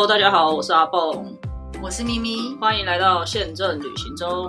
Hello， 大家好，我是阿蹦， 我是咪咪， 欢迎来到宪政旅行中。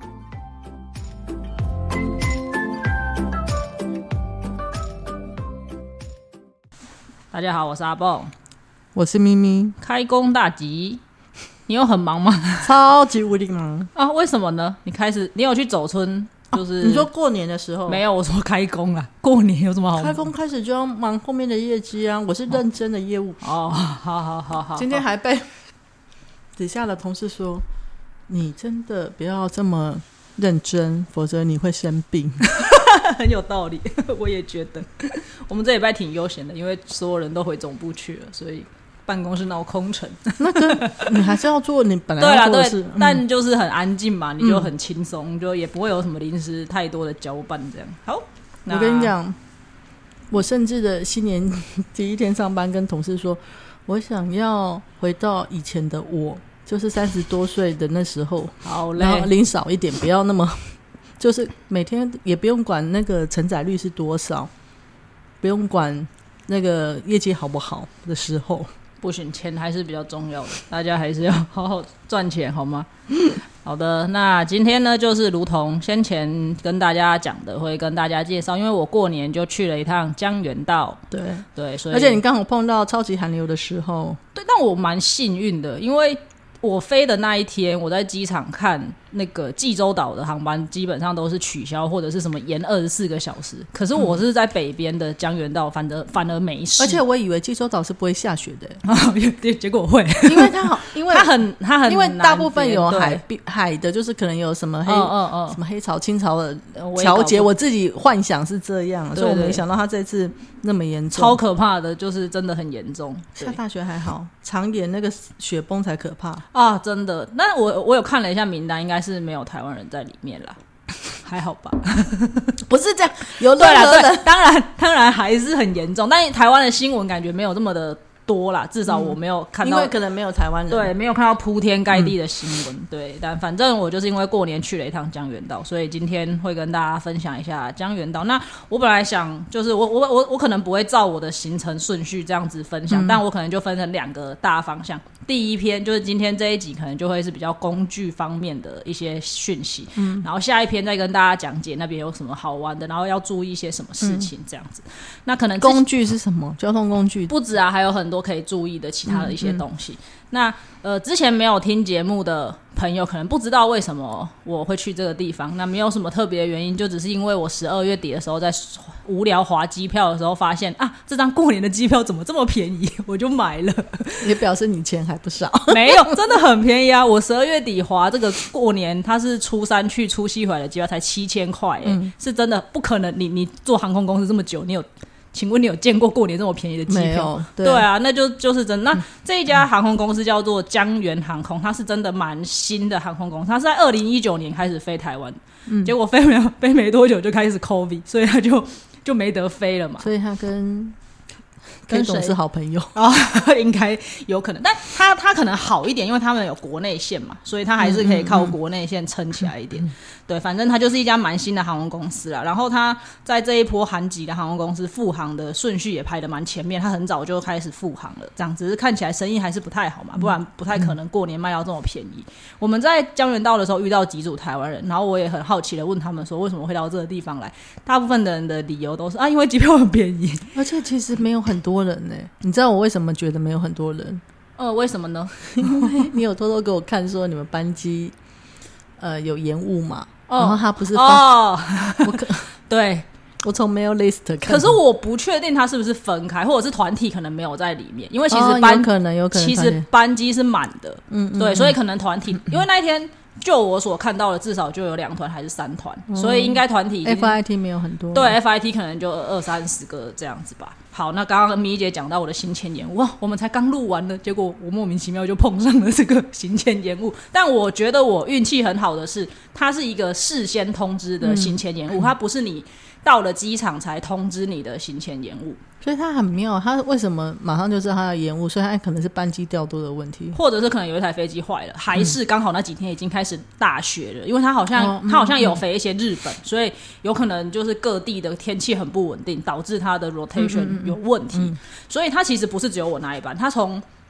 大家好，我是阿蹦， 我是咪咪。 开工大吉，你有很忙吗？ 超级无敌忙啊！为什么呢？你有去走春？就是你说过年的时候没有，我说开工啊，过年有什么好忙？ 开工开始就要忙后面的业绩啊，我是认真的业务哦。好， 今天还被底下的同事说，你真的不要这么认真，否则你会生病。 很有道理，我也觉得。我们这礼拜挺悠闲的，因为所有人都回总部去了，所以办公室闹空城。 那个你还是要做你本来要做的事， 对，但就是很安静嘛，你就很轻松，就也不会有什么临时太多的交办这样。好， 我跟你讲，我甚至的新年第一天上班跟同事说，我想要回到以前的我，就是30多岁的那时候， 好嘞， 然后领少一点，不要那么就是每天也不用管那个承载率是多少，不用管那个业绩好不好的时候， 不行，钱还是比较重要的，大家还是要好好赚钱，好吗？好的，那今天呢，就是如同先前跟大家讲的，会跟大家介绍，因为我过年就去了一趟江原道，对，所以而且你刚好碰到超级寒流的时候， 对，但我蛮幸运的，因为我飞的那一天，我在机场看那个济州岛的航班基本上都是取消或者是什么延24个小时，可是我是在北边的江原道反而没事， 而且我以为济州岛是不会下雪的， 结果会， 因为它很因为大部分有海的，就是可能有什么什么黑潮、青潮的调节，我自己幻想是这样，所以我没想到它这次那么严重， 超可怕的，就是真的很严重。 下大雪还好，长野那个雪崩才可怕啊！真的，那我有看了一下名单，应该是没有台湾人在里面啦，还好吧？ 不是这样，有对啦，对，当然还是很严重，但台湾的新闻感觉没有这么的多啦，至少我没有看到， 因为可能没有台湾人， 对，没有看到铺天盖地的新闻，对，但反正我就是因为过年去了一趟江原道，所以今天会跟大家分享一下江原道。那我本来想就是我可能不会照我的行程顺序这样子分享，但我可能就分成2个大方向。第一篇就是今天这一集可能就会是比较工具方面的一些讯息，然后下一篇再跟大家讲解那边有什么好玩的，然后要注意一些什么事情这样子。那可能工具是什么？交通工具不止啊，还有很多可以注意的其他的一些东西。那之前没有听节目的朋友可能不知道为什么我会去这个地方，那没有什么特别的原因，就只是因为我12月底的时候在无聊滑机票的时候发现啊，这张过年的机票怎么这么便宜，我就买了。 也表示你钱还不少。 没有，真的很便宜啊！我12月底滑这个过年，它是初3去初7回来的机票才7000块，是真的不可能。你做航空公司这么久，请问你有见过过年这么便宜的机票？ 没有， 对啊，那就是真的。那这一家航空公司叫做江原航空，它是真的蛮新的航空公司，它是在2019年开始飞台湾，结果飞没多久就开始 COVID， 所以它就没得飞了嘛。 所以它跟董是好朋友啊，应该有可能，但他可能好一点，因为他们有国内线嘛，所以他还是可以靠国内线撑起来一点。对，反正他就是一家蛮新的航空公司啦。然后他在这一波韩籍的航空公司复航的顺序也排得蛮前面，他很早就开始复航了，这样只是看起来生意还是不太好嘛，不然不太可能过年卖到这么便宜。我们在江原道的时候遇到几组台湾人，然后我也很好奇的问他们说为什么会到这个地方来，大部分的人的理由都是因为机票很便宜， 而且其实没有很多人呢。你知道我为什么觉得没有很多人？ 为什么呢？ 因为你有偷偷给我看说你们班机有延误嘛，然后他不是对， 我从 mail list 看， 可是我不确定他是不是分开，或者是团体可能没有在里面，因为其实有可能其实班机是满的，对，所以可能团体，因为那一天就我所看到的至少就有2团还是3团，所以应该团体 FIT 没有很多， 对 FIT 可能就20-30个这样子吧。好，那刚刚咪姐讲到我的行前延误，哇，我们才刚录完了，结果我莫名其妙就碰上了这个行前延误。但我觉得我运气很好的是，它是一个事先通知的行前延误，它不是你到了机场才通知你的行前延误。 所以他很妙，他为什么马上就知道他要延误？所以他可能是班机调度的问题， 或者是可能有一台飞机坏了，还是刚好那几天已经开始大雪了，因为他好像有飞一些日本，所以有可能就是各地的天气很不稳定，导致他的 rotation 有问题，所以他其实不是只有我那一班，他从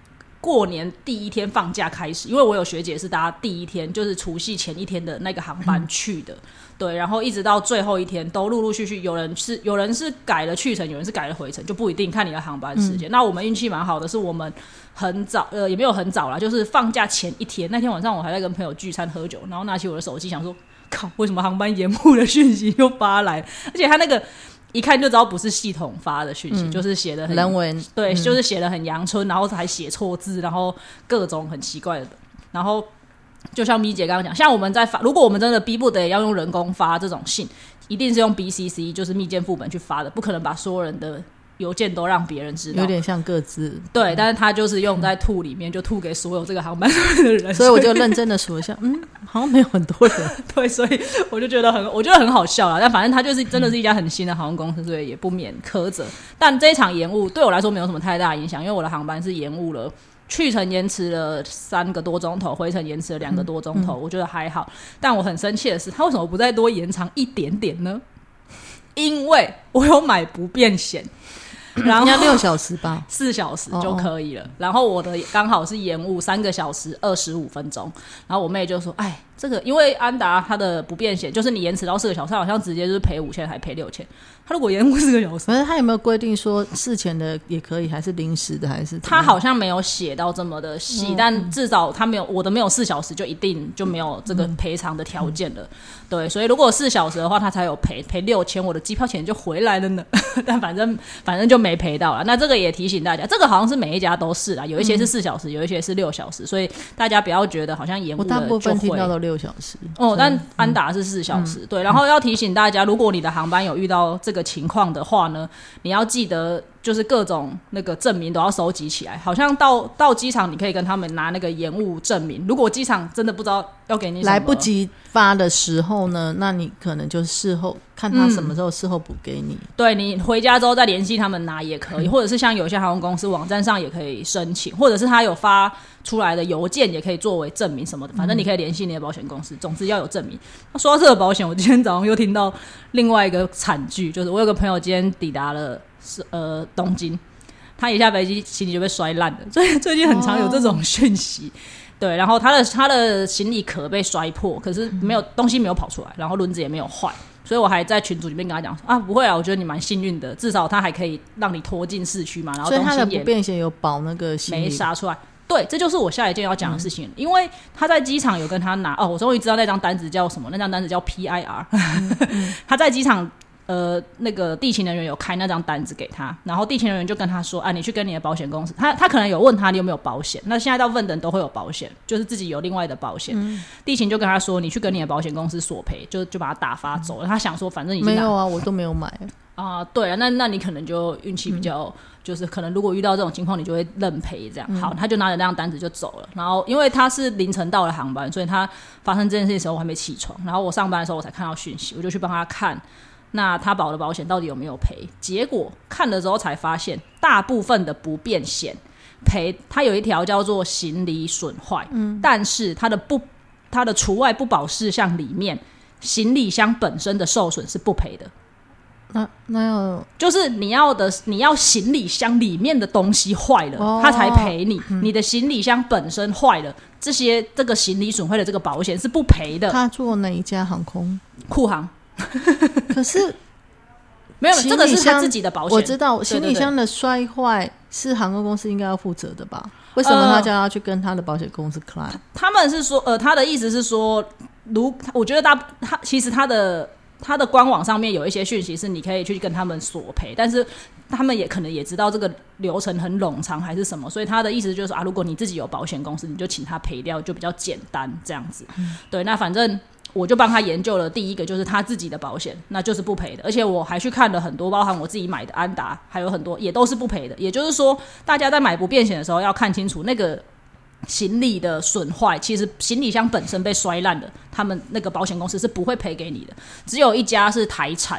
过年第一天放假开始，因为我有学姐是搭第一天，就是除夕前一天的那个航班去的，对，然后一直到最后一天都陆陆续续有人是改了去程，有人是改了回程，就不一定看你的航班时间。那我们运气蛮好的，是我们很早也没有很早啦，就是放假前一天，那天晚上我还在跟朋友聚餐喝酒，然后拿起我的手机想说，靠，为什么航班延误的讯息又发来？而且他那个一看就知道不是系统发的讯息，就是写的很人文， 对，就是写的很阳春，然后还写错字，然后各种很奇怪的，然后就像咪姐刚刚讲，像我们在发，如果我们真的逼不得已要用人工发这种信，一定是用 BCC， 就是密件副本去发的，不可能把所有人的邮件都让别人知道， 有点像各自对，但是他就是用在吐里面，就吐给所有这个航班上面的人， 所以我就认真的数一下，好像没有很多人， 对，所以我就觉得很好笑啦。但反正他就是真的是一家很新的航空公司，所以也不免苛责。但这一场延误对我来说没有什么太大影响，因为我的航班是延误了。去程延迟了3个多钟头，回程延迟了2个多钟头，我觉得还好。但我很生气的是，他为什么不再多延长一点点呢？因为我有买不便险，然后要6小时吧 ，4小时就可以了。然后我的刚好是延误3个小时25分钟，然后我妹就说：“哎，这个因为安达它的不便险，就是你延迟到4个小时，好像直接就是赔5000还赔6000。他如果延误4个小时， 可是他有没有规定说事前的也可以，还是临时的，还是他好像没有写到这么的细，但至少他没有我的没有4小时就一定就没有这个赔偿的条件了。对，所以如果4小时的话，他才有赔6000，我的机票钱就回来了呢。但反正就没赔到了。那这个也提醒大家，这个好像是每一家都是啦，有一些是4小时，有一些是6小时，所以大家不要觉得好像延误了就会。 我大部分听到都6小时但安达是4小时，对。然后要提醒大家，如果你的航班有遇到这个情况的话呢，你要记得就是各种那个证明都要收集起来。好像到机场你可以跟他们拿那个延误证明。如果机场真的不知道要给你什么， 来不及发的时候呢，那你可能就事后看他什么时候事后补给你。 对，你回家之后再联系他们拿也可以，或者是像有些航空公司网站上也可以申请，或者是他有发出来的邮件也可以作为证明什么的，反正你可以联系你的保险公司，总之要有证明。说到这个保险，我今天早上又听到另外一个惨剧，就是我有个朋友今天抵达了东京，他一下飞机行李就被摔烂了，所以最近很常有这种讯息。对，然后他的行李壳被摔破，可是没有东西没有跑出来，然后轮子也没有坏，所以我还在群组里面跟他讲啊，不会啊，我觉得你蛮幸运的，至少他还可以让你拖进市区嘛，然后东西也所以他的不便险有保那个行李没杀出来。对，这就是我下一件要讲的事情，因为他在机场有跟他拿我终于知道那张单子叫什么，那张单子叫 PIR 他在机场那个地勤人员有开那张单子给他，然后地勤人员就跟他说啊，你去跟你的保险公司，他可能有问他你有没有保险，那现在大部分人都会有保险，就是自己有另外的保险，地勤就跟他说你去跟你的保险公司索赔，就把他打发走了。他想说反正已经没有啊，我都没有买对啊，那你可能就运气比较就是可能如果遇到这种情况你就会认赔这样。好，他就拿着那张单子就走了，然后因为他是凌晨到了航班，所以他发生这件事的时候我还没起床，然后我上班的时候我才看到讯息，我就去帮他看那他保的保险到底有没有赔。结果看了之后才发现大部分的不便险赔它有一条叫做行李损坏，但是它的除外不保事项里面行李箱本身的受损是不赔的。 那要就是你要行李箱里面的东西坏了，他才赔你。你的行李箱本身坏了，这个行李损坏的这个保险是不赔的。 他做哪一家航空？ 库航。 可是没有，这个是他自己的保险。 我知道行李箱的摔坏是航空公司应该要负责的吧？为什么他叫他去跟他的保险公司 claim？ 他们是说他的意思是说，我觉得其实他的官网上面有一些讯息是你可以去跟他们索赔，但是他们也可能也知道这个流程很冗长还是什么，所以他的意思就是说如果你自己有保险公司，你就请他赔掉，就比较简单这样子。对，那反正我就帮他研究了，第一个就是他自己的保险，那就是不赔的，而且我还去看了很多，包含我自己买的安达，还有很多也都是不赔的。也就是说，大家在买不便险的时候要看清楚那个行李的损坏，其实行李箱本身被摔烂的，他们那个保险公司是不会赔给你的。只有一家是台产，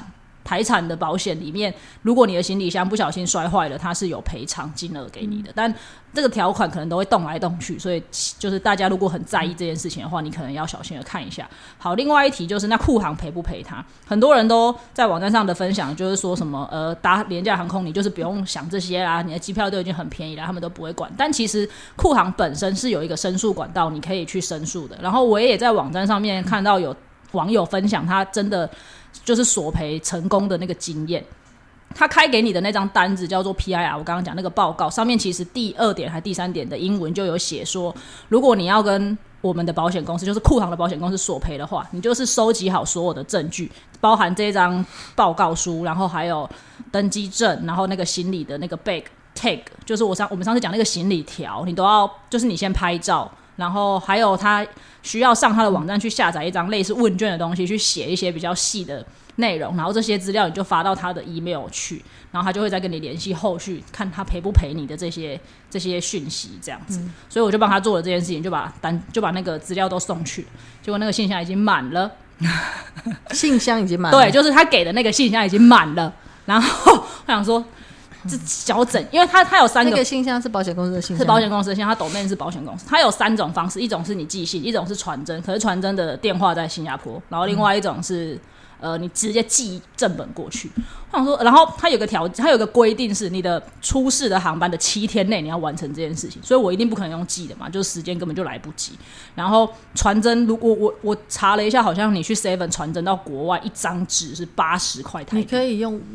台产的保险里面，如果你的行李箱不小心摔坏了，它是有赔偿金额给你的，但这个条款可能都会动来动去，所以就是大家如果很在意这件事情的话，你可能要小心的看一下。好，另外一题就是那库航赔不赔他？很多人都在网站上的分享就是说什么搭廉价航空你就是不用想这些啦，你的机票都已经很便宜了，他们都不会管。但其实库航本身是有一个申诉管道，你可以去申诉的。然后我也在网站上面看到有网友分享他真的就是索赔成功的那个经验。他开给你的那张单子叫做 PIR， 我刚刚讲那个报告上面其实第2点还第3点的英文就有写说，如果你要跟我们的保险公司就是库航的保险公司索赔的话，你就是收集好所有的证据，包含这张报告书，然后还有登机证，然后那个行李的那个 bag tag， 就是我们上次讲那个行李条，你都要就是你先拍照，然后还有他需要上他的网站去下载一张类似问卷的东西，去写一些比较细的内容，然后这些资料你就发到他的 email 去，然后他就会再跟你联系后续看他赔不赔你的这些讯息这样子。所以我就帮他做了这件事情，就把那个资料都送去，结果那个信箱已经满了。 信箱已经满了？ 对，就是他给的那个信箱已经满了。然后我想说这小整，因为他有3个， 那个信箱是保险公司的信箱， 是保险公司的信箱，他domain是保险公司。他有3种方式，一种是你寄信，一种是传真，可是传真的电话在新加坡，然后另外一种是你直接寄正本过去。我想说，然后他有个规定是你的出事的航班的7天内你要完成这件事情，所以我一定不可能用寄的嘛，就是时间根本就来不及。然后传真，如果我查了一下，好像你去 7 传真到国外，一张纸是80块台币。 你可以用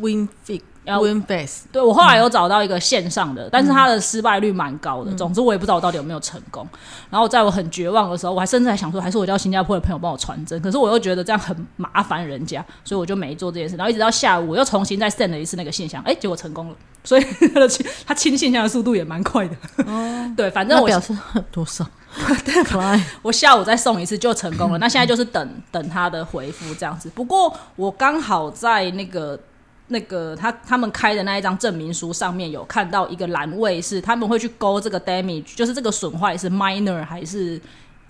WinFax， 对，我后来有找到一个线上的，但是它的失败率蛮高的。总之我也不知道我到底有没有成功。然后在我很绝望的时候，我甚至还想说，还是我叫新加坡的朋友帮我传真，可是我又觉得这样很麻烦人家，所以我就没做这件事。然后一直到下午，我又重新再 send 了一次那个信箱，结果成功了。所以他清信箱的速度也蛮快的。对，反正我表示多少？ 我下午再送一次就成功了。那现在就是等他的回复这样子。不过我刚好在那个他们开的那一张证明书上面有看到一个栏位是他们会去勾这个 damage， 就是这个损坏是 minor 还是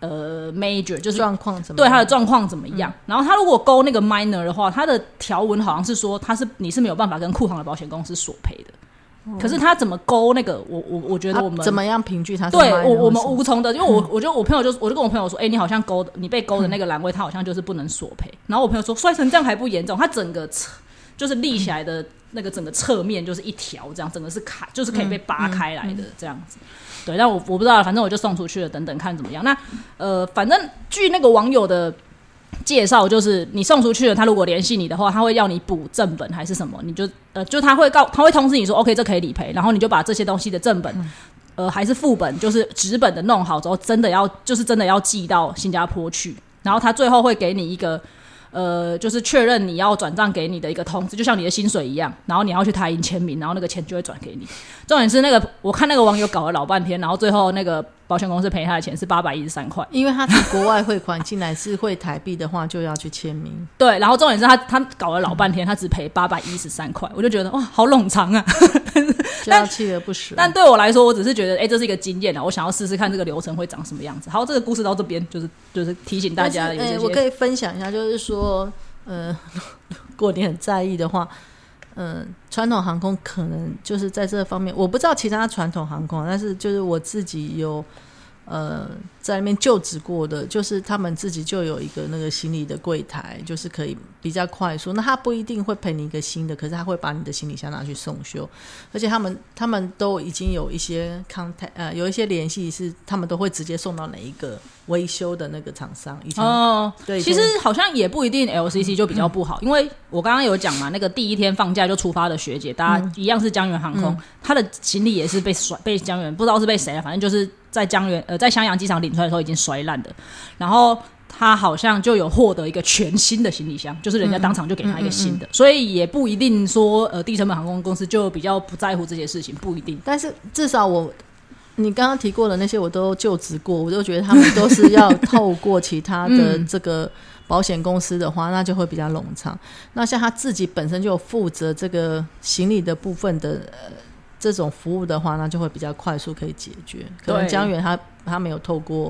major， 就是状况怎么样， 对他的状况怎么样。然后他如果勾那个 minor 的话，他的条文好像是说你是没有办法跟库航的保险公司索赔的。可是他怎么勾那个我觉得我们怎么样凭据他是对我们无从的，因为我就跟我朋友说，你好像你被勾的那个栏位，他好像就是不能索赔。然后我朋友说摔成这样还不严重，他整个就是立起来的那个整个侧面就是一条这样，整个是就是可以被扒开来的这样子。对，但我不知道，反正我就送出去了，等等看怎么样。那反正据那个网友的介绍，就是你送出去了，他如果联系你的话，他会要你补正本还是什么，你就他会通知你说 OK 这可以理赔，然后你就把这些东西的正本还是副本，就是纸本的弄好之后，真的要寄到新加坡去，然后他最后会给你一个就是确认你要转账给你的一个通知，就像你的薪水一样，然后你要去台银签名，然后那个钱就会转给你。重点是我看那个网友搞了老半天，然后最后那个保险公司赔他的钱是813块， 因为他从国外汇款进来是汇台币的话，就要去签名。 对，然后重点是他搞了老半天，他只赔813块，我就觉得哇，好冗长啊， 就要锲而不舍。 但对我来说，我只是觉得，这是一个经验啊，我想要试试看这个流程会长什么样子。好，这个故事到这边就是提醒大家有这些。 我可以分享一下，就是说，如果你很在意的话。传统航空可能就是在这方面，我不知道其他传统航空，但是就是我自己有在那边就职过的，就是他们自己就有一个那个行李的柜台，就是可以比较快速。那他不一定会赔你一个新的，可是他会把你的行李箱拿去送修，而且他们都已经有一些 contact，有一些联系是他们都会直接送到哪一个维修的那个厂商。以前对， 其实好像也不一定 LCC 就比较不好，因为我刚刚有讲嘛，那个第一天放假就出发的学姐，大家一样是江原航空，她的行李也是被江原不知道是被谁了，反正就是在在襄阳机场领出来的时候已经摔烂的，然后他好像就有获得一个全新的行李箱，就是人家当场就给他一个新的，所以也不一定说低成本航空公司就比较不在乎这些事情，不一定。 但是至少你刚刚提过的那些我都就职过，我就觉得他们都是要透过其他的这个保险公司的话，那就会比较冗长。那像他自己本身就有负责这个行李的部分的这种服务的话，那就会比较快速可以解决。可能江原他没有透过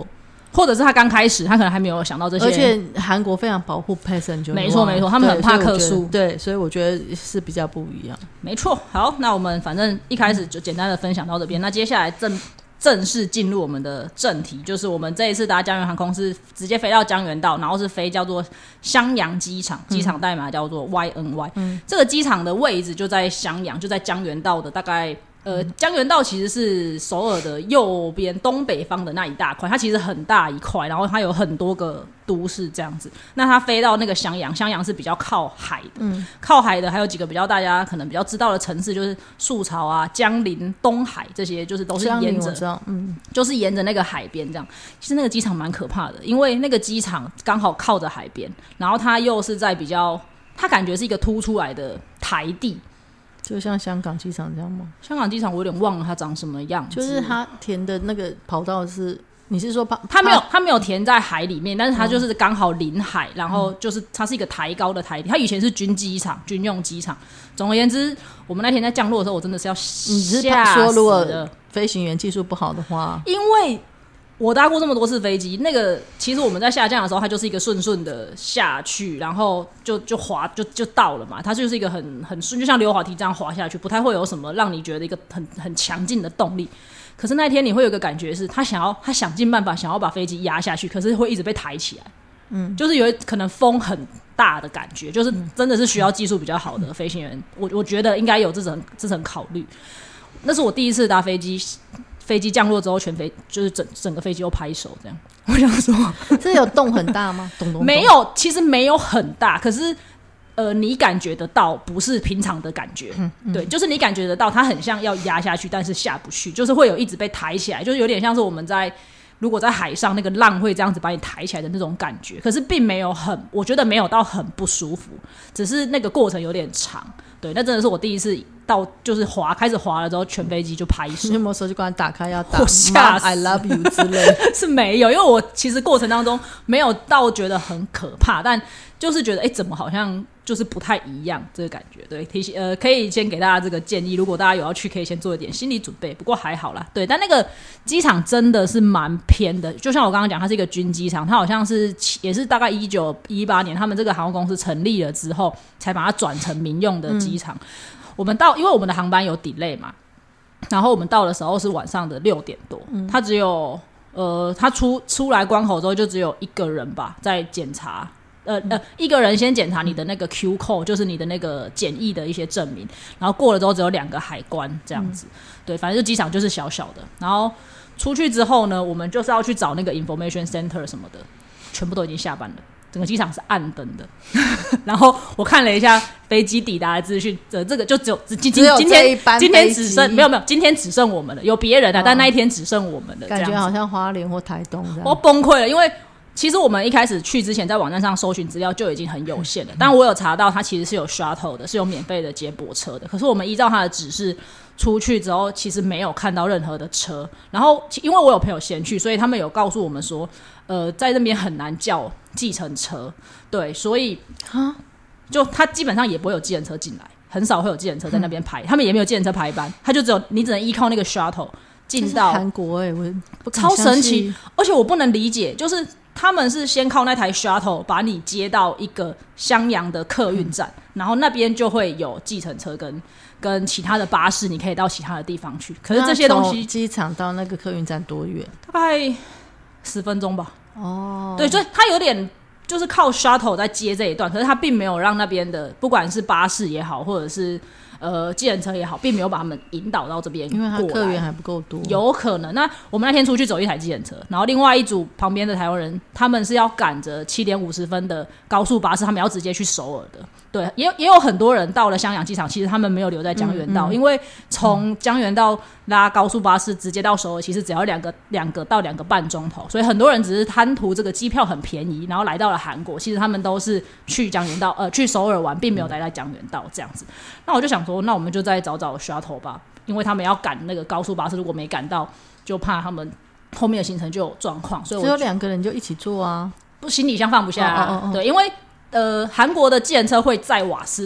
或者是他刚开始他可能还没有想到这些， 而且韩国非常保护 passenger， 没错没错，他们很怕客诉， 对，所以我觉得是比较不一样。 没错。好，那我们反正一开始就简单的分享到这边，那接下来正式进入我们的正题，就是我们这一次搭江原航空是直接飞到江原道，然后是飞叫做襄阳机场，机场代码叫做 YNY，这个机场的位置就在襄阳，就在江原道的大概江原道其实是首尔的右边东北方的那一大块，它其实很大一块，然后它有很多个都市这样子。那它飞到那个襄阳是比较靠海的，靠海的还有几个比较大家可能比较知道的城市，就是树草啊、江陵、东海这些，就是都是沿着，就是沿着那个海边这样。其实那个机场蛮可怕的，因为那个机场刚好靠着海边，然后它又是在比较，它感觉是一个凸出来的台地。 就像香港机场这样吗？ 香港机场我有点忘了它长什么样子， 就是它填的那个跑道是，你是说它没有填在海里面，但是它就是刚好临海，然后就是它是一个抬高的台地。它以前是军机场、军用机场。总而言之，我们那天在降落的时候，我真的是要吓死了。 你是怕说如果飞行员技术不好的话， 因为我搭过这么多次飞机，那个其实我们在下降的时候，它就是一个顺顺的下去，然后就滑就到了嘛。它就是一个很顺，就像溜滑梯这样滑下去，不太会有什么让你觉得一个很强劲的动力。可是那天你会有一个感觉是，他想尽办法想要把飞机压下去，可是会一直被抬起来。就是有可能风很大的感觉，就是真的是需要技术比较好的飞行员，我觉得应该有这层考虑。那是我第一次搭飞机降落之后，就是整个飞机都拍手这样。我想说， 这有洞很大吗？ 没有，其实没有很大，可是你感觉得到不是平常的感觉。对，就是你感觉得到它很像要压下去，但是下不去，就是会有一直被抬起来，就是有点像是我们如果在海上那个浪会这样子把你抬起来的那种感觉，可是并没有我觉得没有到很不舒服，只是那个过程有点长。对，那真的是我第一次到，就是开始滑了之后，全飞机就拍手。 你有没有手机关打开要打我吓死 I love you 之类的？ 是没有，因为我其实过程当中没有到觉得很可怕，但就是觉得怎么好像就是不太一样这个感觉。对，可以先给大家这个建议，如果大家有要去，可以先做一点心理准备。不过还好啦，对，但那个机场真的是蛮偏的，就像我刚刚讲，它是一个军机场，它好像是也是大概1918年他们这个航空公司成立了之后，才把它转成民用的机场。我们因为我们的航班有 delay 嘛，然后我们到的时候是晚上的6点多，它只有他出来关口之后就只有一个人吧在检查，一个人先检查你的那个 Q code， 就是你的那个检疫的一些证明，然后过了之后只有2个海关这样子。对，反正就机场就是小小的，然后出去之后呢，我们就是要去找那个 information center 什么的，全部都已经下班了。整个机场是暗灯的，然后我看了一下飞机抵达的资讯，这个就只有今天只剩没有，今天只剩我们了，有别人但那一天只剩我们了， 感觉好像花莲或台东这样。 我崩溃了，因为其实我们一开始去之前在网站上搜寻资料就已经很有限了，但我有查到它其实是有 shuttle 的，是有免费的接驳车的，可是我们依照它的指示出去之后其实没有看到任何的车，然后因为我有朋友先去，所以他们有告诉我们说在那边很难叫计程车。对，所以就他基本上也不会有计程车进来，很少会有计程车在那边排，他们也没有计程车排班，他就你只能依靠那个 shuttle 进到韩国。我不敢超神奇，而且我不能理解，就是他们是先靠那台 shuttle 把你接到一个襄阳的客运站，然后那边就会有计程车跟其他的巴士，你可以到其他的地方去。可是这些东西， 机场到那个客运站多远？ 大概10分钟吧。对，所以它有点就是靠 shuttle 在接这一段，可是它并没有让那边的不管是巴士也好，或者是计程车也好，并没有把他们引导到这边过来， 因为他客源还不够多， 有可能。那我们那天出去走一台计程车，然后另外一组旁边的台湾人，他们是要赶着7点50分的高速巴士，他们要直接去首尔的。对，也有很多人到了襄阳机场，其实他们没有留在江原道，因为从江原道拉高速巴士直接到首尔，其实只要2个到2个半钟头，所以很多人只是贪图这个机票很便宜，然后来到了韩国，其实他们都是去江原道去首尔玩，并没有待在江原道这样子。那我就想说，那我们就再找 shuttle 吧，因为他们要赶那个高速巴士，如果没赶到，就怕他们后面的行程就有状况，所以只有2个人就一起坐啊， 不，行李箱放不下对，因为韩国的计程车会载瓦斯桶，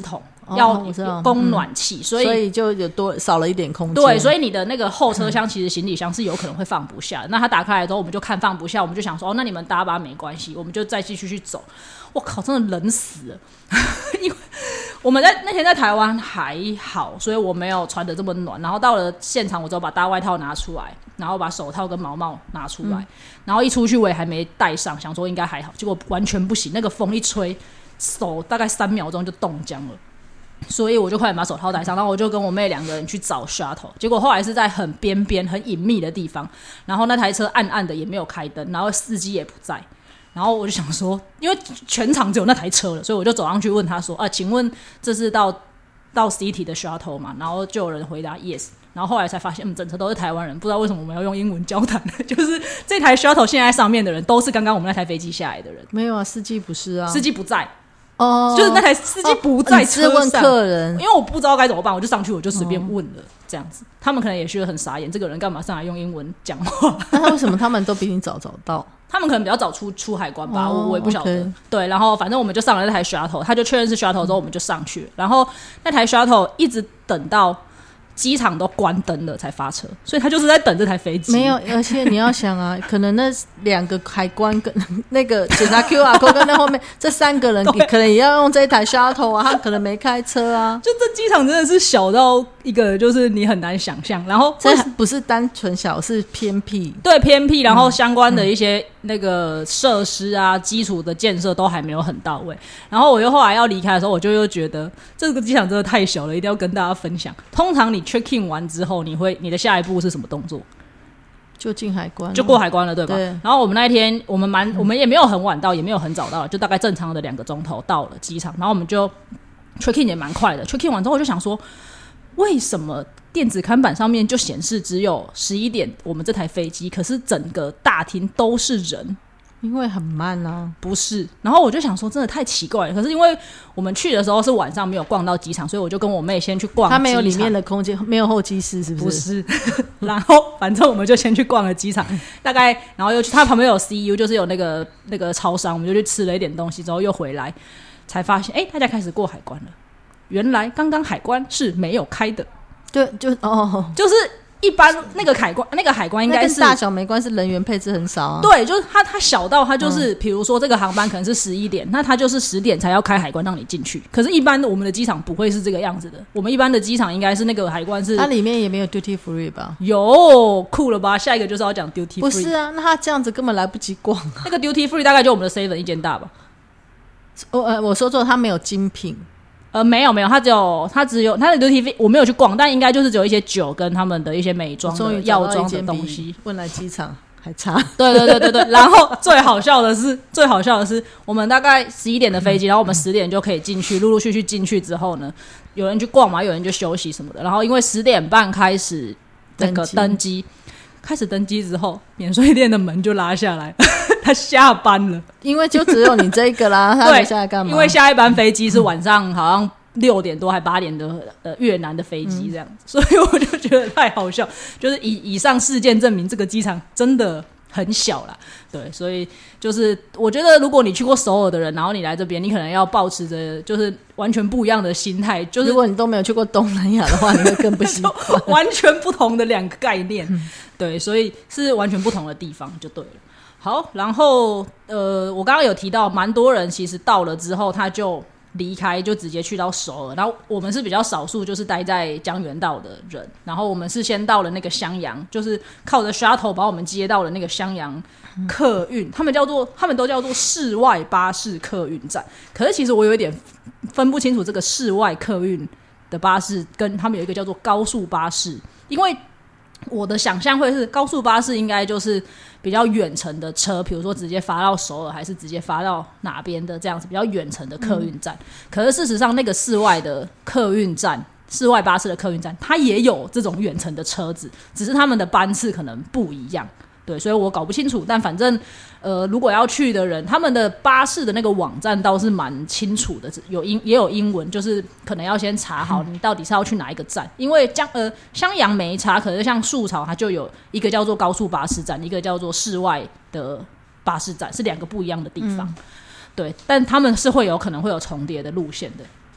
要供暖气，所以就有少了一点空间。 对，所以你的那个后车厢其实行李箱是有可能会放不下。那它打开来之后，我们就看放不下，我们就想说，那你们搭吧，没关系，我们就再继续去走。我靠，真的冷死了！因为我们那天在台湾还好，所以我没有穿得这么暖。然后到了现场，我只有把大外套拿出来，然后把手套跟毛帽拿出来，然后一出去我也还没戴上，想说应该还好，结果完全不行，那个风一吹，手大概3秒钟就冻僵了。所以我就快点把手套戴上，然后我就跟我妹2个人去找 shuttle， 结果后来是在很边边很隐秘的地方，然后那台车暗暗的也没有开灯，然后司机也不在，然后我就想说，因为全场只有那台车了，所以我就走上去问他说请问这是到 City 的 shuttle 吗？然后就有人回答 yes， 然后后来才发现整车都是台湾人，不知道为什么我们要用英文交谈就是这台 shuttle 现在上面的人都是刚刚我们那台飞机下来的人。 没有啊，司机不是啊， 司机不在就是那台司机不在车上， 问客人， 因为我不知道该怎么办，我就上去我就随便问了这样子。他们可能也觉得很傻眼，这个人干嘛上来用英文讲话？ 那为什么他们都比你早找到？ 他们可能比较早出海关吧，我也不晓得。Okay. 对，然后反正我们就上了那台 shuttle， 他就确认是 shuttle 之后，我们就上去了。然后那台 shuttle 一直等到机场都关灯了才发车，所以他就是在等这台飞机。 没有，而且你要想啊，可能那2个海关跟那个检查 QR code 跟那后面这3个人可能也要用这一台 shuttle 啊，他可能没开车啊。 就这机场真的是小到一个就是你很难想象，然后这不是单纯小，是偏僻。 对，偏僻，然后相关的一些那个设施啊、基础的建设都还没有很到位。然后我又后来要离开的时候，我就又觉得这个机场真的太小了，一定要跟大家分享。通常你 check in 完之后，你的下一步是什么动作？ 就进海关， 就过海关了，对吧？对。然后我们那一天，我们也没有很晚到，也没有很早到，就大概正常的2个钟头到了机场。然后我们就 check in 也蛮快的 ，check in 完之后我就想说，为什么电子看板上面就显示只有11点我们这台飞机，可是整个大厅都是人？ 因为很慢啊。 不是，然后我就想说真的太奇怪了，可是因为我们去的时候是晚上，没有逛到机场，所以我就跟我妹先去逛机场。 它没有里面的空间，没有候机室，是不是？不是然后反正我们就先去逛了机场大概，然后又去它旁边有 CU， 就是有那个超商，我们就去吃了一点东西之后又回来，才发现大家开始过海关了。原来刚刚海关是没有开的。 对， 就是一般那个海关应该是大小没关系，人员配置很少啊。 对，就是它小到它就是比如说这个航班可能是11点，那它就是10点才要开海关让你进去。可是一般我们的机场不会是这个样子的，我们一般的机场应该是那个海关是它里面也没有 duty free 吧？ 有，酷了吧？下一个就是要讲 duty free。 不是啊，那它这样子根本来不及逛那个 duty free 大概就我们的 7 一间大吧。 我说错，它没有精品。 没有，它只有它的 duty free 我没有去逛，但应该就是只有一些酒跟他们的一些美妆的药妆的东西。 问来机场还差。 对。然后最好笑的是，我们大概11点的飞机，然后我们10点就可以进去，陆陆续续进去之后呢，有人去逛嘛，有人就休息什么的。然后因为10点半开始那个登机，开始登机之后，免税店的门就拉下来。他下班了， 因为就只有你这个啦。他下来干嘛？ 因为下一班飞机是晚上好像6点多还8点的越南的飞机这样子，所以我就觉得太好笑。就是以上事件证明这个机场真的很小啦。对，所以就是我觉得如果你去过首尔的人，然后你来这边，你可能要抱持着就是完全不一样的心态。就是如果你都没有去过东南亚的话，你会更不习惯。 完全不同的2个概念。对，所以是完全不同的地方就对了。好，然后我刚刚有提到蛮多人其实到了之后他就离开，就直接去到首尔。然后我们是比较少数就是待在江原道的人，然后我们是先到了那个襄阳，就是靠着 shuttle 把我们接到了那个襄阳客运，他们都叫做室外巴士客运站。可是其实我有一点分不清楚这个室外客运的巴士跟他们有一个叫做高速巴士，因为我的想象会是高速巴士应该就是比较远程的车，比如说直接发到首尔还是直接发到哪边的这样子比较远程的客运站。可是事实上那个室外的客运站，室外巴士的客运站它也有这种远程的车子，只是他们的班次可能不一样。对，所以我搞不清楚，但反正如果要去的人，他们的巴士的那个网站倒是蛮清楚的，也有英文，就是可能要先查好你到底是要去哪一个站。因为襄阳没查，可是像树草它就有一个叫做高速巴士站，一个叫做室外的巴士站，是2个不一样的地方。对，但他们是可能会有重叠的路线的。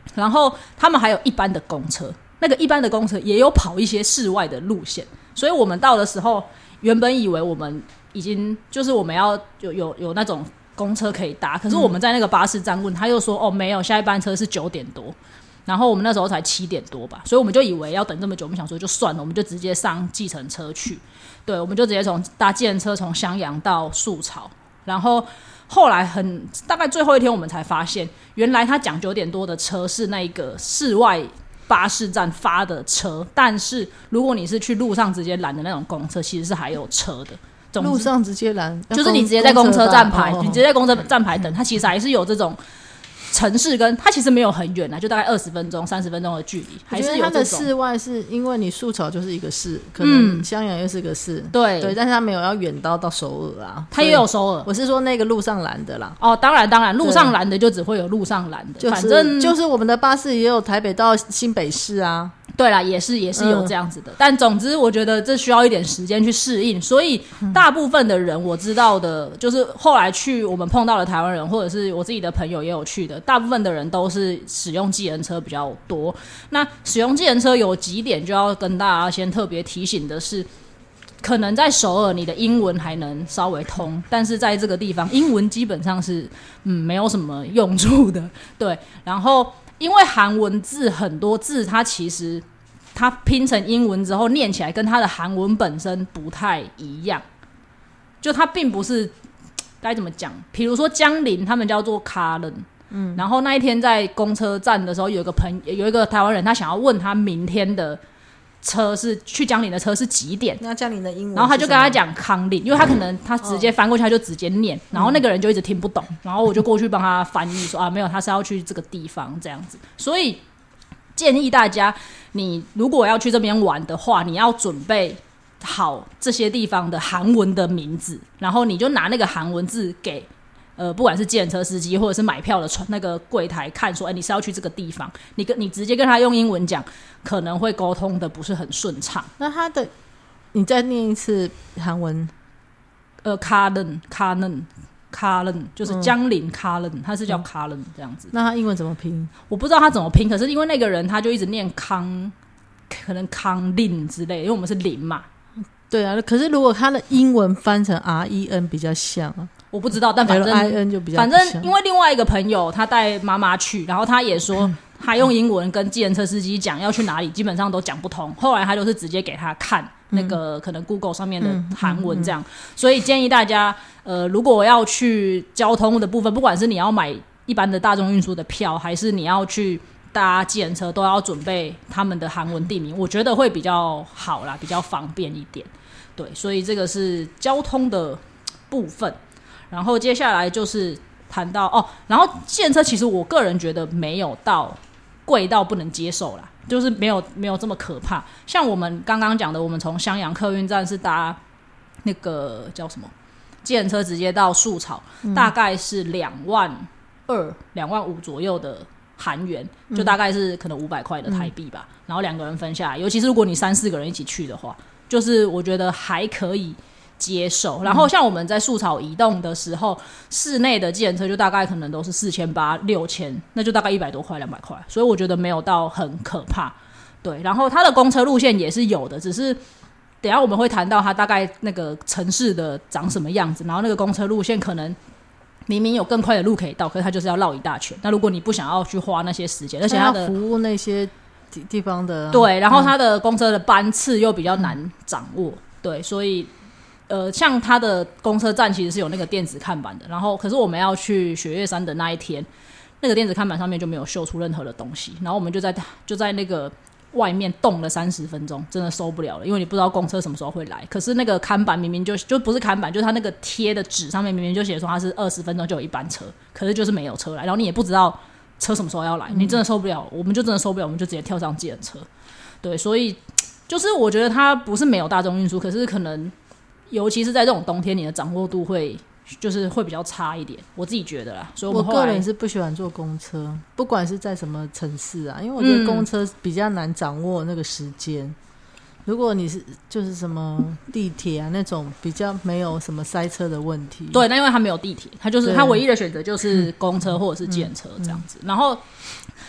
然后他们还有一般的公车，那个一般的公车也有跑一些室外的路线，所以我们到的时候原本以为我们已经就是我们要有那种公车可以搭，可是我们在那个巴士站问他又说没有，下一班车是9点多，然后我们那时候才7点多吧，所以我们就以为要等这么久，我们想说就算了，我们就直接上计程车去。对，我们就直接搭计程车从襄阳到树草，然后后来大概最后一天我们才发现，原来他讲9点多的车是那个室外巴士站发的车，但是如果你是去路上直接拦的那种公车，其实是还有车的。 路上直接拦就是你直接在公车站牌，你直接在公车站牌等，它其实还是有这种城市跟它其实没有很远就大概20分钟、30分钟的距离，还是有这种。 它的室外是因为你树草就是一个市，可能襄阳又是个市， 对， 但是它没有要远到首尔啊， 它也有首尔。 我是说那个路上拦的啦。 当然，路上拦的就只会有路上拦的，反正就是我们的巴士也有台北到新北市啊。 对啦，也是有这样子的，但总之我觉得这需要一点时间去适应，所以大部分的人我知道的，就是后来去我们碰到的台湾人，或者是我自己的朋友也有去的，大部分的人都是使用计程车比较多。那使用计程车有几点就要跟大家先特别提醒的是，可能在首尔你的英文还能稍微通，但是在这个地方英文基本上是没有什么用处的。对，然后因为韩文字很多字它其实它拼成英文之后念起来跟它的韩文本身不太一样，就它并不是该怎么讲，比如说江陵他们叫做卡伦，然后那一天在公车站的时候有一个台湾人，他想要问他明天的车是去江陵的车是几点， 那江陵的英文， 然后他就跟他讲康陵，因为他可能他直接翻过去他就直接念，然后那个人就一直听不懂，然后我就过去帮他翻译说没有，他是要去这个地方这样子。所以建议大家，你如果要去这边玩的话，你要准备好这些地方的韩文的名字，然后你就拿那个韩文字给不管是计程车司机或者是买票的那个柜台看说你是要去这个地方，你直接跟他用英文讲，可能会沟通的不是很顺畅。 那他的你再念一次韩文。 卡伦就是江陵卡伦，他是叫卡伦这样子。 那他英文怎么拼？ 我不知道他怎么拼，可是因为那个人他就一直念可能康令之类的，因为我们是林嘛。 对啊，可是如果他的英文翻成 REN 比较像啊。 我不知道，但反正 LIN 就比较像。 反正因为另外一个朋友他带妈妈去，然后他也说他用英文跟计程车司机讲要去哪里，基本上都讲不通。后来他就是直接给他看那个可能 Google 上面的韩文这样。所以建议大家如果要去交通的部分，不管是你要买一般的大众运输的票，还是你要去搭计程车，都要准备他们的韩文地名，我觉得会比较好啦，比较方便一点。对，所以这个是交通的部分。然后接下来就是谈到然后计程车其实我个人觉得没有到贵到不能接受啦，就是没有这么可怕。像我们刚刚讲的，我们从襄阳客运站是搭那个叫什么计程车直接到树草，大概是22000、25000左右的韩元，就大概是可能500块的台币吧。然后2个人分下来，尤其是如果你3-4个人一起去的话，就是我觉得还可以接受。然后像我们在树草移动的时候，室内的计程车就大概可能都是4800、6000，那就大概100多块、200块，所以我觉得没有到很可怕。对，然后它的公车路线也是有的，只是等一下我们会谈到它大概那个城市的长什么样子，然后那个公车路线可能明明有更快的路可以到，可是它就是要绕一大圈。那如果你不想要去花那些时间，而且它的服务那些地方的对，然后它的公车的班次又比较难掌握，对，所以像它的公车站其实是有那个电子看板的，然后可是我们要去雪岳山的那一天，那个电子看板上面就没有秀出任何的东西，然后我们就在那个外面冻了30分钟，真的受不了了，因为你不知道公车什么时候会来。可是那个看板明明就不是看板，就是它那个贴的纸上面明明就写说它是20分钟就有一班车，可是就是没有车来，然后你也不知道车什么时候要来，你真的受不了，我们就真的受不了，我们就直接跳上计程车。对，所以就是我觉得它不是没有大众运输，可是可能尤其是在这种冬天，你的掌握度会比较差一点，我自己觉得啦。所以我个人是不喜欢坐公车，不管是在什么城市啊，因为我觉得公车比较难掌握那个时间。如果你是就是什么地铁啊那种比较没有什么塞车的问题， 对，那因为它没有地铁，它就是它唯一的选择就是公车或者是计程车这样子。然后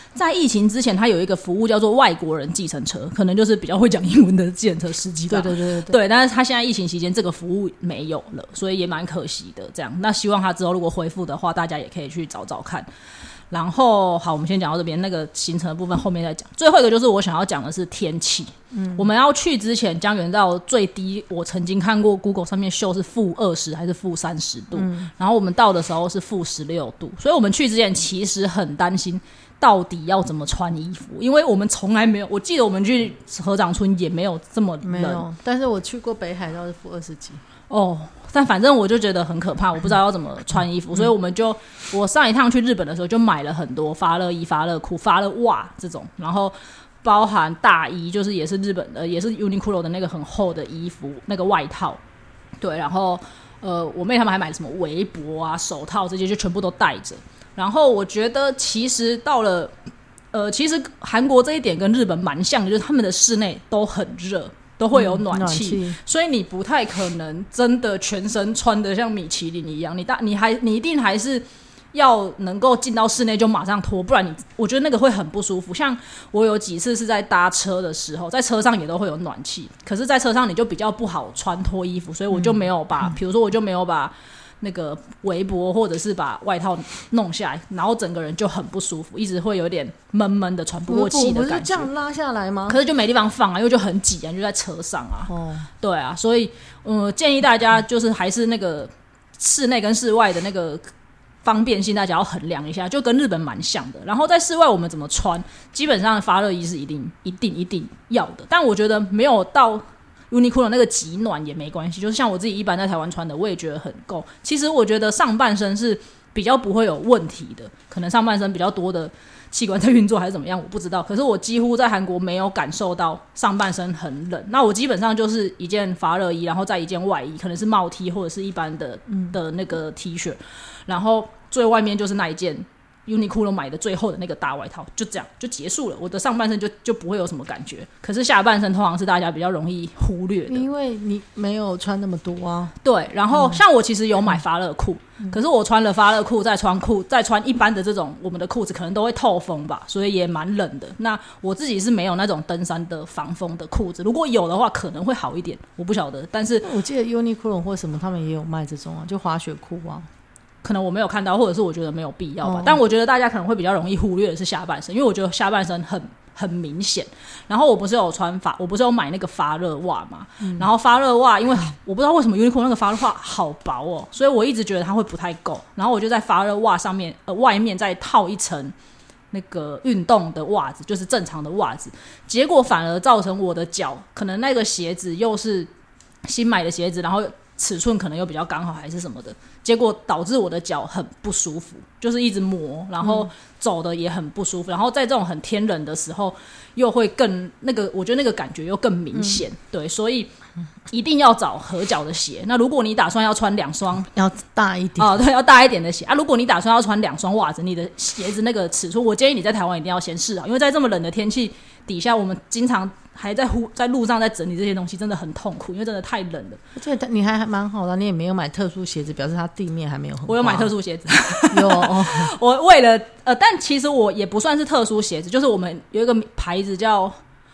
在疫情之前，它有一个服务叫做外国人计程车，可能就是比较会讲英文的计程车司机吧。对，但是他现在疫情期间这个服务没有了，所以也蛮可惜的。这样，那希望他之后如果恢复的话，大家也可以去找找看。然后好，我们先讲到这边，那个行程的部分后面再讲。最后一个就是我想要讲的是天气。我们要去之前，江原道最低我曾经看过 Google 上面秀是-20还是-30度，然后我们到的时候是-16度，所以我们去之前其实很担心到底要怎么穿衣服，因为我们从来没有，我记得我们去合掌村也没有这么冷， 没有，但是我去过北海道是-20几但反正我就觉得很可怕，我不知道要怎么穿衣服，所以我上一趟去日本的时候就买了很多发热衣、发热裤、发热袜这种，然后包含大衣，就是也是日本的，也是 Uniqlo 的那个很厚的衣服，那个外套，对，然后我妹他们还买什么围脖啊、手套这些，就全部都带着。然后我觉得其实到了其实韩国这一点跟日本蛮像的，就是他们的室内都很热。都会有暖气，所以你不太可能真的全身穿得像米其林一样，你一定还是要能够进到室内就马上脱，不然我觉得那个会很不舒服。像我有几次是在搭车的时候，在车上也都会有暖气，可是在车上你就比较不好穿脱衣服，所以我就没有把比如说我就没有把那个围脖或者是把外套弄下来，然后整个人就很不舒服，一直会有点闷闷的喘不过气的感觉。 不是这样拉下来吗？ 可是就没地方放啊，因为就很挤啊，就在车上啊。对啊，所以建议大家就是还是那个室内跟室外的那个方便性，大家要衡量一下，就跟日本蛮像的。然后在室外我们怎么穿，基本上发热衣是一定要的，但我觉得没有到Uniqlo 那个极暖也没关系，就是像我自己一般在台湾穿的，我也觉得很够。其实我觉得上半身是比较不会有问题的，可能上半身比较多的器官在运作还是怎么样，我不知道。可是我几乎在韩国没有感受到上半身很冷，那我基本上就是一件发热衣，然后再一件外衣，可能是帽 T 或者是一般的那个 T 恤，然后最外面就是那一件Uniqlo 买的最后的那个大外套，就这样就结束了。我的上半身就不会有什么感觉，可是下半身通常是大家比较容易忽略的， 因为你没有穿那么多啊。 对，然后像我其实有买发热裤，可是我穿了发热裤再穿一般的这种我们的裤子，可能都会透风吧，所以也蛮冷的。那我自己是没有那种登山的防风的裤子，如果有的话可能会好一点，我不晓得。但是我记得 Uniqlo 或什么他们也有卖这种啊，就滑雪裤啊。 可能我没有看到，或者是我觉得没有必要吧。但我觉得大家可能会比较容易忽略的是下半身，因为我觉得下半身很明显。然后我不是有买那个发热袜嘛，然后发热袜因为我不知道为什么 Uniqlo 那个发热袜好薄哦，所以我一直觉得它会不太够。然后我就在发热袜上面外面再套一层那个运动的袜子，就是正常的袜子，结果反而造成我的脚可能那个鞋子又是新买的鞋子，然后尺寸可能又比较刚好还是什么的，结果导致我的脚很不舒服，就是一直磨，然后走的也很不舒服，然后在这种很天冷的时候又会更那个，我觉得那个感觉又更明显。对，所以一定要找合脚的鞋。那如果你打算要穿2双， 要大一点对，要大一点的鞋啊。如果你打算要穿2双袜子，你的鞋子那个尺寸，我建议你在台湾一定要先试好，因为在这么冷的天气底下，我们经常还在路上在整理这些东西，真的很痛苦，因为真的太冷了。 而且你还蛮好的，你也没有买特殊鞋子，表示它地面还没有很滑。 我有买特殊鞋子， 有我为了但其实我也不算是特殊鞋子，就是我们有一个牌子叫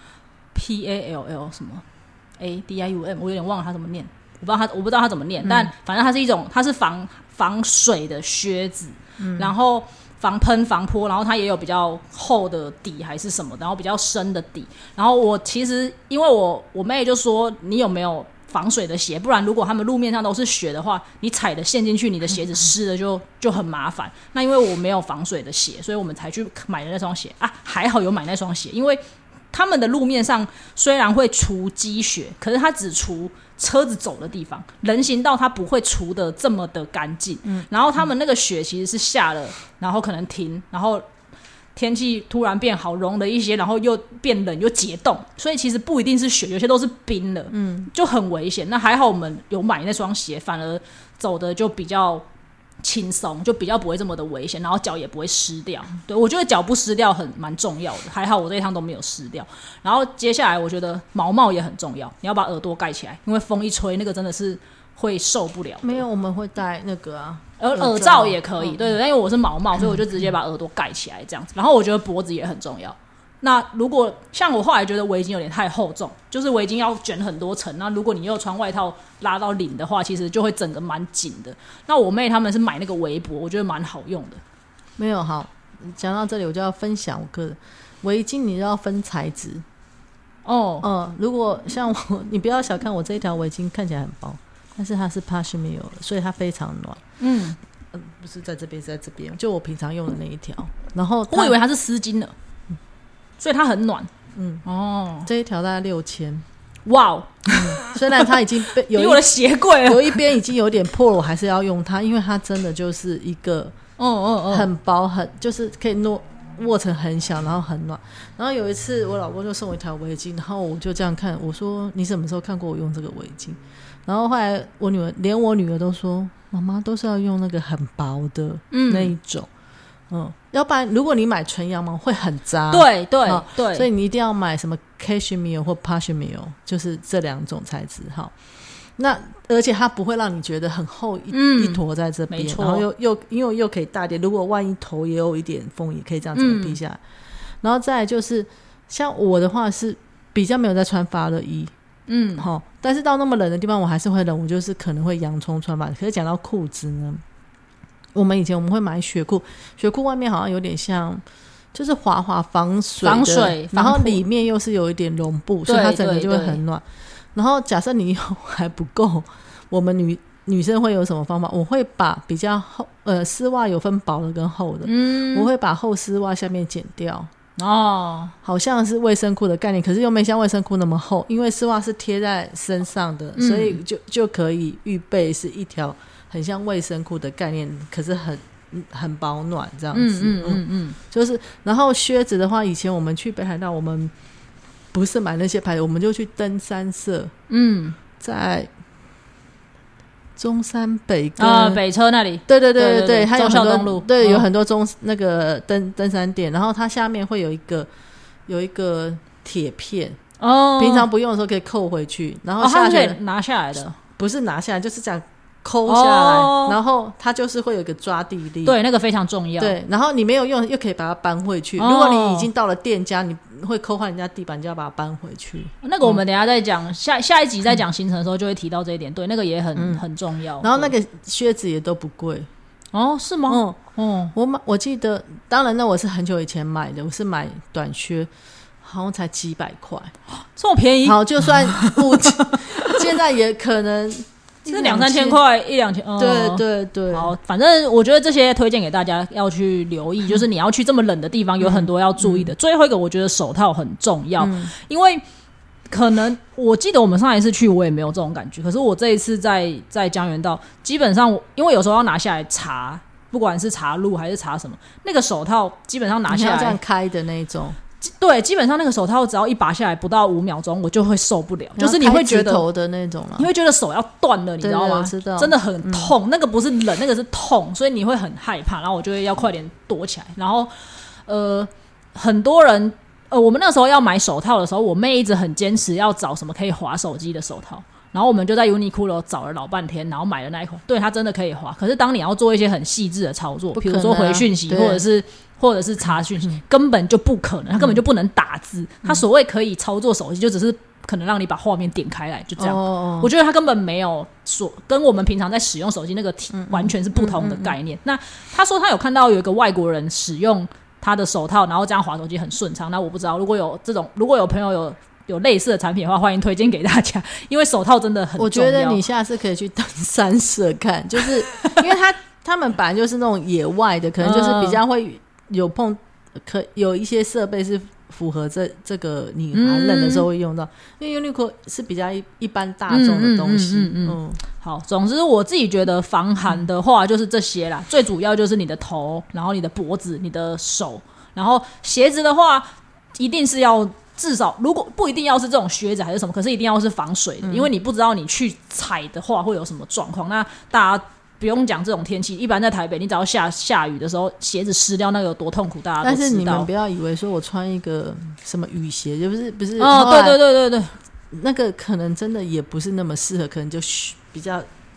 PALL 什么 ADIUM， 我有点忘了它怎么念，我不知道它怎么念，但反正它是一种，它是防水的靴子，然后防喷防泼，然后它也有比较厚的底还是什么，然后比较深的底。然后我其实因为我妹就说你有没有防水的鞋，不然如果他们路面上都是雪的话，你踩的陷进去，你的鞋子湿了就很麻烦。那因为我没有防水的鞋，所以我们才去买了那双鞋啊，还好有买那双鞋，因为他们的路面上虽然会除积雪，可是它只除车子走的地方，人行道它不会除的这么的干净。然后他们那个雪其实是下了，然后可能停，然后天气突然变好，融了一些，然后又变冷又解冻，所以其实不一定是雪，有些都是冰了，就很危险。那还好我们有买那双鞋，反而走的就比较轻松，就比较不会这么的危险，然后脚也不会湿掉。对，我觉得脚不湿掉蛮重要的，还好我这一趟都没有湿掉。然后接下来我觉得毛帽也很重要，你要把耳朵盖起来，因为风一吹那个真的是会受不了的。 没有，我们会戴那个耳罩也可以，对，因为我是毛帽，所以我就直接把耳朵盖起来这样子。然后我觉得脖子也很重要。那如果像我后来觉得围巾有点太厚重，就是围巾要卷很多层，那如果你又穿外套拉到领的话，其实就会整个蛮紧的。那我妹他们是买那个围脖，我觉得蛮好用的。 没有，好，讲到这里我就要分享我个人围巾，你要分材质如果像我，你不要小看我这一条围巾，看起来很薄，但是它是 Pashmio 的，所以它非常暖。不是在这边，是在这边，就我平常用的那一条。然后我以为它是丝巾的，所以它很暖。 这一条大概6000。 哇哦！ 虽然它已经被比我的鞋贵了， 有一边已经有点破了，我还是要用它，因为它真的就是一个很薄，就是可以握成很小，然后很暖。然后有一次我老公就送我一条围巾，然后我就这样看，我说你什么时候看过我用这个围巾？然后后来连我女儿都说，妈妈都是要用那个很薄的那一种。要不然如果你买纯羊毛会很扎。 对， 所以你一定要买什么 Cashmere 或 Pashmio， 就是这2种材质。那而且它不会让你觉得很厚一坨在这边，然后因为又可以大点，如果万一头也有一点风也可以这样子披下来。然后再来就是像我的话是比较没有在穿发热衣，但是到那么冷的地方我还是会冷，我就是可能会洋葱穿吧。可是讲到裤子呢，我们会买雪裤外面好像有点像就是滑防水，然后里面又是有一点绒布，所以它整个就会很暖。然后假设你还不够，我们女生会有什么方法？我会把比较厚丝袜有分薄的跟厚的，我会把厚丝袜下面剪掉。好像是卫生裤的概念，可是又没像卫生裤那么厚，因为丝袜是贴在身上的，所以就可以预备是一条很像卫生裤的概念，可是很保暖这样子。就是然后靴子的话，以前我们去北海道，我们不是买那些牌子，我们就去登山社，在中山北跟北车那里， 对，它有很多忠孝东路， 对，有很多那个登山店，然后它下面会有一个铁片，平常不用的时候可以扣回去，然后下去拿下来的， 不是拿下来，就是这样抠下来，然后它就是会有一个抓地力， 对，那个非常重要。 对，然后你没有用又可以把它搬回去，如果你已经到了店家，你会抠坏人家地板，就要把它搬回去。 那个我们等一下再讲，下一集在讲行程的时候就会提到这一点。对，那个也很重要。 然后那个靴子也都不贵。 是吗？ 我记得，当然那我是很久以前买的，我是买短靴，好像才几百块， 这么便宜。 好，就算现在也可能是2-3千块，1-2千。 对。 好，反正我觉得这些推荐给大家要去留意，就是你要去这么冷的地方，有很多要注意的。最后一个，我觉得手套很重要，因为可能我记得我们上一次去我也没有这种感觉，可是我这一次在江原道，基本上因为有时候要拿下来查，不管是查路还是查什么，那个手套基本上拿下来要这样开的那种。 对，基本上那个手套只要一拔下来不到5秒钟我就会受不了，就是你会觉得头的那种， 你会觉得手要断了，你知道吗？真的很痛，那个不是冷，那个是痛，所以你会很害怕，然后我就会要快点躲起来。然后很多人我们那时候要买手套的时候，我妹一直很坚持要找什么可以滑手机的手套，然后我们就在 Uniqlo 找了老半天，然后买了那一款。对，它真的可以滑，可是当你要做一些很细致的操作，比如说回讯息或者是查讯息，根本就不可能，它根本就不能打字。它所谓可以操作手机，就只是可能让你把画面点开来，就这样。我觉得它根本没有跟我们平常在使用手机那个完全是不同的概念。那他说他有看到有一个外国人使用他的手套，然后这样滑手机很顺畅。那我不知道，如果有朋友有类似的产品的话，欢迎推荐给大家，因为手套真的很重要。 我觉得你下次可以去登山社看，就是因为他们本来就是那种野外的，可能就是比较会有一些设备是符合这个你寒冷的时候会用到，因为 Uniqlo 是比较一般大众的东西。 好，总之我自己觉得防寒的话就是这些啦，最主要就是你的头，然后你的脖子，你的手，然后鞋子的话一定是要至少，如果不一定要是这种靴子还是什么，可是一定要是防水的，因为你不知道你去踩的话会有什么状况。那大家不用讲这种天气，一般在台北你只要下雨的时候鞋子湿掉那个有多痛苦大家都知道。 但是你们不要以为说我穿一个什么雨鞋就不是对，那个可能真的也不是那么适合，可能就比较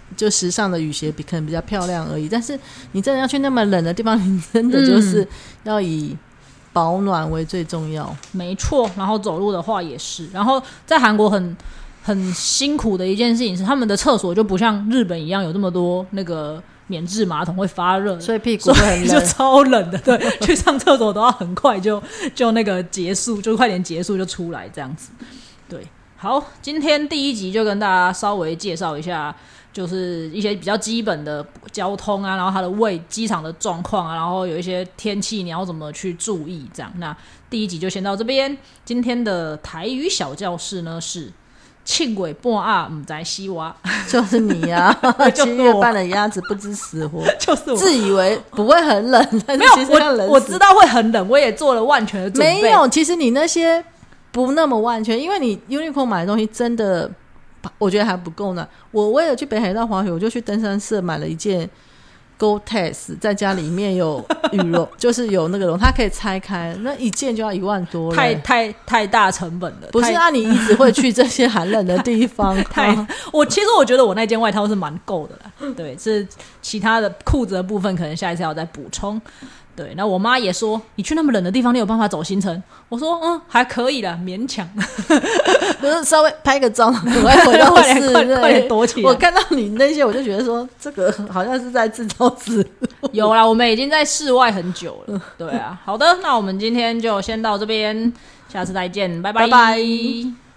就时尚的雨鞋可能比较漂亮而已，但是你真的要去那么冷的地方，你真的就是要以保暖为最重要。 没错，然后走路的话也是。然后在韩国很辛苦的一件事情是，他们的厕所就不像日本一样有这么多那个免治马桶会发热， 所以屁股会很冷， 就超冷的。对，去上厕所都要很快就那个结束，就快点结束就出来这样子。对，好，今天第一集就跟大家稍微介绍一下，就是一些比较基本的交通啊，然后它的机场的状况啊，然后有一些天气你要怎么去注意这样。那第一集就先到这边。今天的台语小教室呢是庆鬼半啊，不知西娃， 就是你啊！7月半的鸭子不知死活， 就是我， 自以为不会很冷，但是其实要冷死。 我知道会很冷，我也做了万全的准备。 没有，其实你那些不那么万全，因为你 Uniqlo 买的东西真的，我觉得还不够呢。我为了去北海道滑雪，我就去登山社买了一件 Gore-Tex， 在家里面有羽绒，就是有那个绒，它可以拆开，那一件就要1万多了， 太大成本了。 不是啊，你一直会去这些寒冷的地方， 其实我觉得我那件外套是蛮够的啦。对，是其他的裤子的部分，可能下一次要再补充。对，那我妈也说，你去那么冷的地方，你有办法走行程？我说，还可以啦，勉强。 就是稍微拍个照，赶快回到室内， 快点躲起来。 我看到你那些，我就觉得说，这个好像是在制造自录。 有啦，我们已经在室外很久了。对啊，好的，那我们今天就先到这边，下次再见，拜拜。 拜拜。